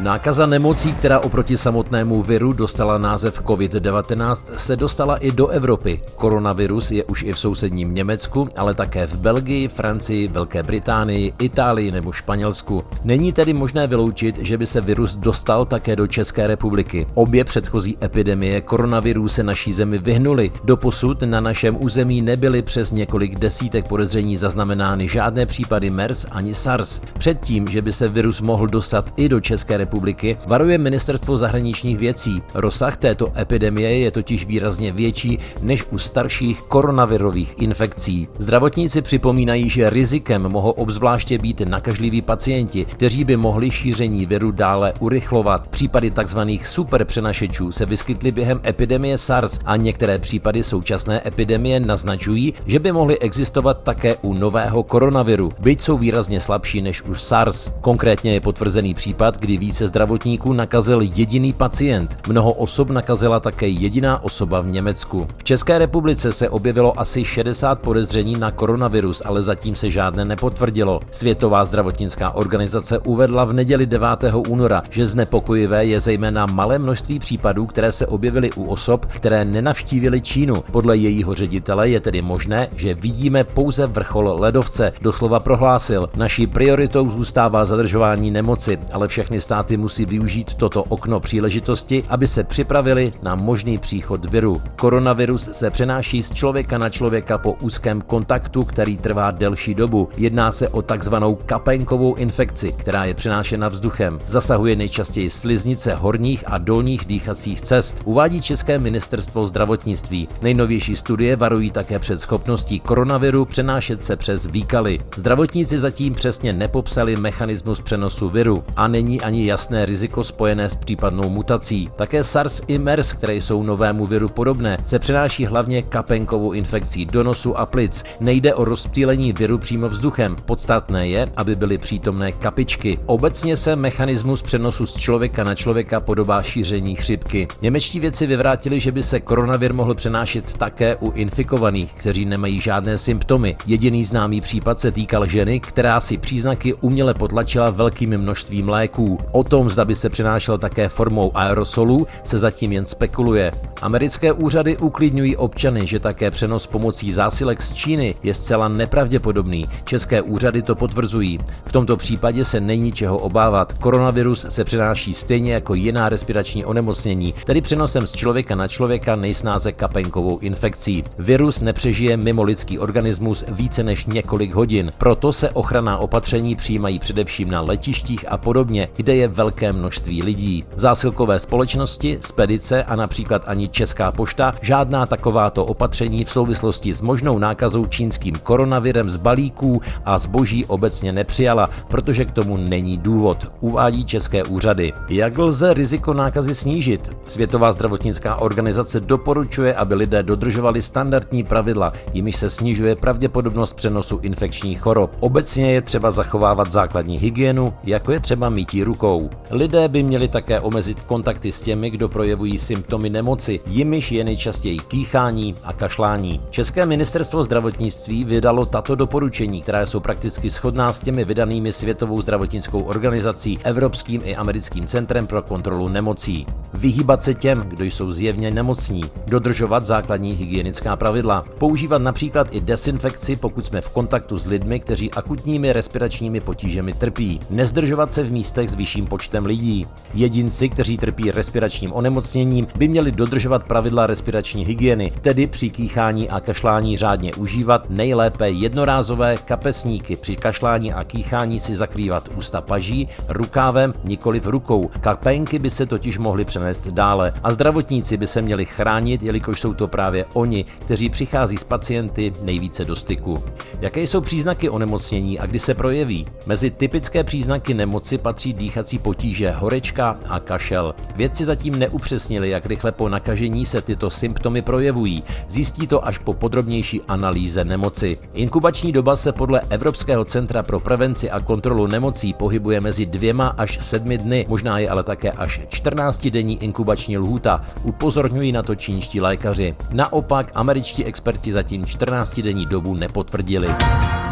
Nákaza nemocí, která oproti samotnému viru dostala název COVID-19, se dostala i do Evropy. Koronavirus je už i v sousedním Německu, ale také v Belgii, Francii, Velké Británii, Itálii nebo Španělsku. Není tedy možné vyloučit, že by se virus dostal také do České republiky. Obě předchozí epidemie koronavirů se naší zemi vyhnuly. Doposud na našem území nebyly přes několik desítek podezření zaznamenány žádné případy MERS ani SARS. Předtím, že by se virus mohl dostat i do České republiky, varuje Ministerstvo zahraničních věcí. Rozsah této epidemie je totiž výrazně větší než u starších koronavirových infekcí. Zdravotníci připomínají, že rizikem mohou obzvláště být nakažliví pacienti, kteří by mohli šíření viru dále urychlovat. Případy tzv. Superpřenašečů se vyskytly během epidemie SARS a některé případy současné epidemie naznačují, že by mohly existovat také u nového koronaviru, byť jsou výrazně slabší než už SARS. Konkrétně je potvrzený případ, kdy více zdravotníků nakazil jediný pacient. Mnoho osob nakazila také jediná osoba v Německu. V České republice se objevilo asi 60 podezření na koronavirus, ale zatím se žádné nepotvrdilo. Světová zdravotnická organizace uvedla v neděli 9. února, že znepokojivé je zejména malé množství případů, které se objevily u osob, které nenavštívily Čínu. Podle jejího ředitele je tedy možné, že vidíme pouze vrchol ledovce. Doslova prohlásil: naší prioritou zůstává zadržování nemoci, ale všechny státy musí využít toto okno příležitosti, aby se připravili na možný příchod viru. Koronavirus se přenáší z člověka na člověka po úzkém kontaktu, který trvá delší dobu. Jedná se o takzvanou kapénkovou infekci, která je přenášena vzduchem. Zasahuje nejčastěji sliznice horních a dolních dýchacích cest, uvádí České ministerstvo zdravotnictví. Nejnovější studie varují také před schopností koronaviru přenášet se přes výkaly. Zdravotníci zatím přesně nepopsali mechanismus přenosu viru a není ani jasné riziko spojené s případnou mutací. Také SARS i MERS, které jsou novému viru podobné, se přenáší hlavně kapénkovou infekcí do nosu a plic. Nejde o rozptýlení viru přímo vzduchem. Podstatné je, aby byly přítomné kapičky. Obecně se mechanismus přenosu z člověka na člověka podobá šíření chřipky. Němečtí vědci vyvrátili, že by se koronavir mohl přenášet také u infikovaných, kteří nemají žádné symptomy. Jediný známý případ se týkal ženy, která si příznaky uměle potlačila velkým množstvím léků. O tom, zda by se přenášel také formou aerosolů, se zatím jen spekuluje. Americké úřady uklidňují občany, že také přenos pomocí zásilek z Číny je zcela nepravděpodobný. České úřady to potvrzují. V tomto případě se není čeho obávat. Koronavirus se přenáší stejně jako jiná respirační onemocnění, tedy přenosem z člověka na člověka nejsnáze kapénkovou infekcí. Virus nepřežije mimo lidský organismus více než několik hodin. Proto se ochranná opatření přijímají především na letištích a podobně, kde je velké množství lidí. Zásilkové společnosti, spedice a například ani Česká pošta žádná takováto opatření v souvislosti s možnou nákazou čínským koronavirem z balíků a zboží obecně nepřijala, protože k tomu není důvod, uvádí české úřady. Jak lze riziko nákazy snížit? Světová zdravotnická organizace doporučuje, aby lidé dodržovali standardní pravidla, jimiž se snižuje pravděpodobnost přenosu infekčních chorob. Obecně je třeba zachovávat základní hygienu, jako je třeba mytí rukou. Lidé by měli také omezit kontakty s těmi, kdo projevují symptomy nemoci, jimiž je nejčastěji kýchání a kašlání. České ministerstvo zdravotnictví vydalo tato doporučení, která jsou prakticky shodná s těmi vydanými Světovou zdravotnickou organizací, Evropským i Americkým centrem pro kontrolu nemocí. Vyhýbat se těm, kdo jsou zjevně nemocní, dodržovat základní hygienická pravidla, používat například i dezinfekci, pokud jsme v kontaktu s lidmi, kteří akutními respiračními potížemi trpí, nezdržovat se v místech s vyšším počtem lidí. Jedinci, kteří trpí respiračním onemocněním, by měli dodržovat pravidla respirační hygieny, tedy při kýchání a kašlání řádně užívat nejlépe jednorázové kapesníky, při kašlání a kýchání si zakrývat ústa paží, rukávem, nikoliv rukou. Kapénky by se totiž mohly přenést dále a zdravotníci by se měli chránit, jelikož jsou to právě oni, kteří přichází s pacienty nejvíce do styku. Jaké jsou příznaky onemocnění a kdy se projeví? Mezi typické příznaky nemoci patří dýchací potíže, horečka a kašel. Vědci zatím neupřesnili, jak rychle po nakažení se tyto symptomy projevují. Zjistí to až po podrobnější analýze nemoci. Inkubační doba se podle Evropského centra pro prevenci a kontrolu nemocí pohybuje mezi 2 až 7 dny, možná je ale také až 14denní inkubační lhůta. Upozorňují na to čínští lékaři. Naopak američtí experti zatím 14denní dobu nepotvrdili.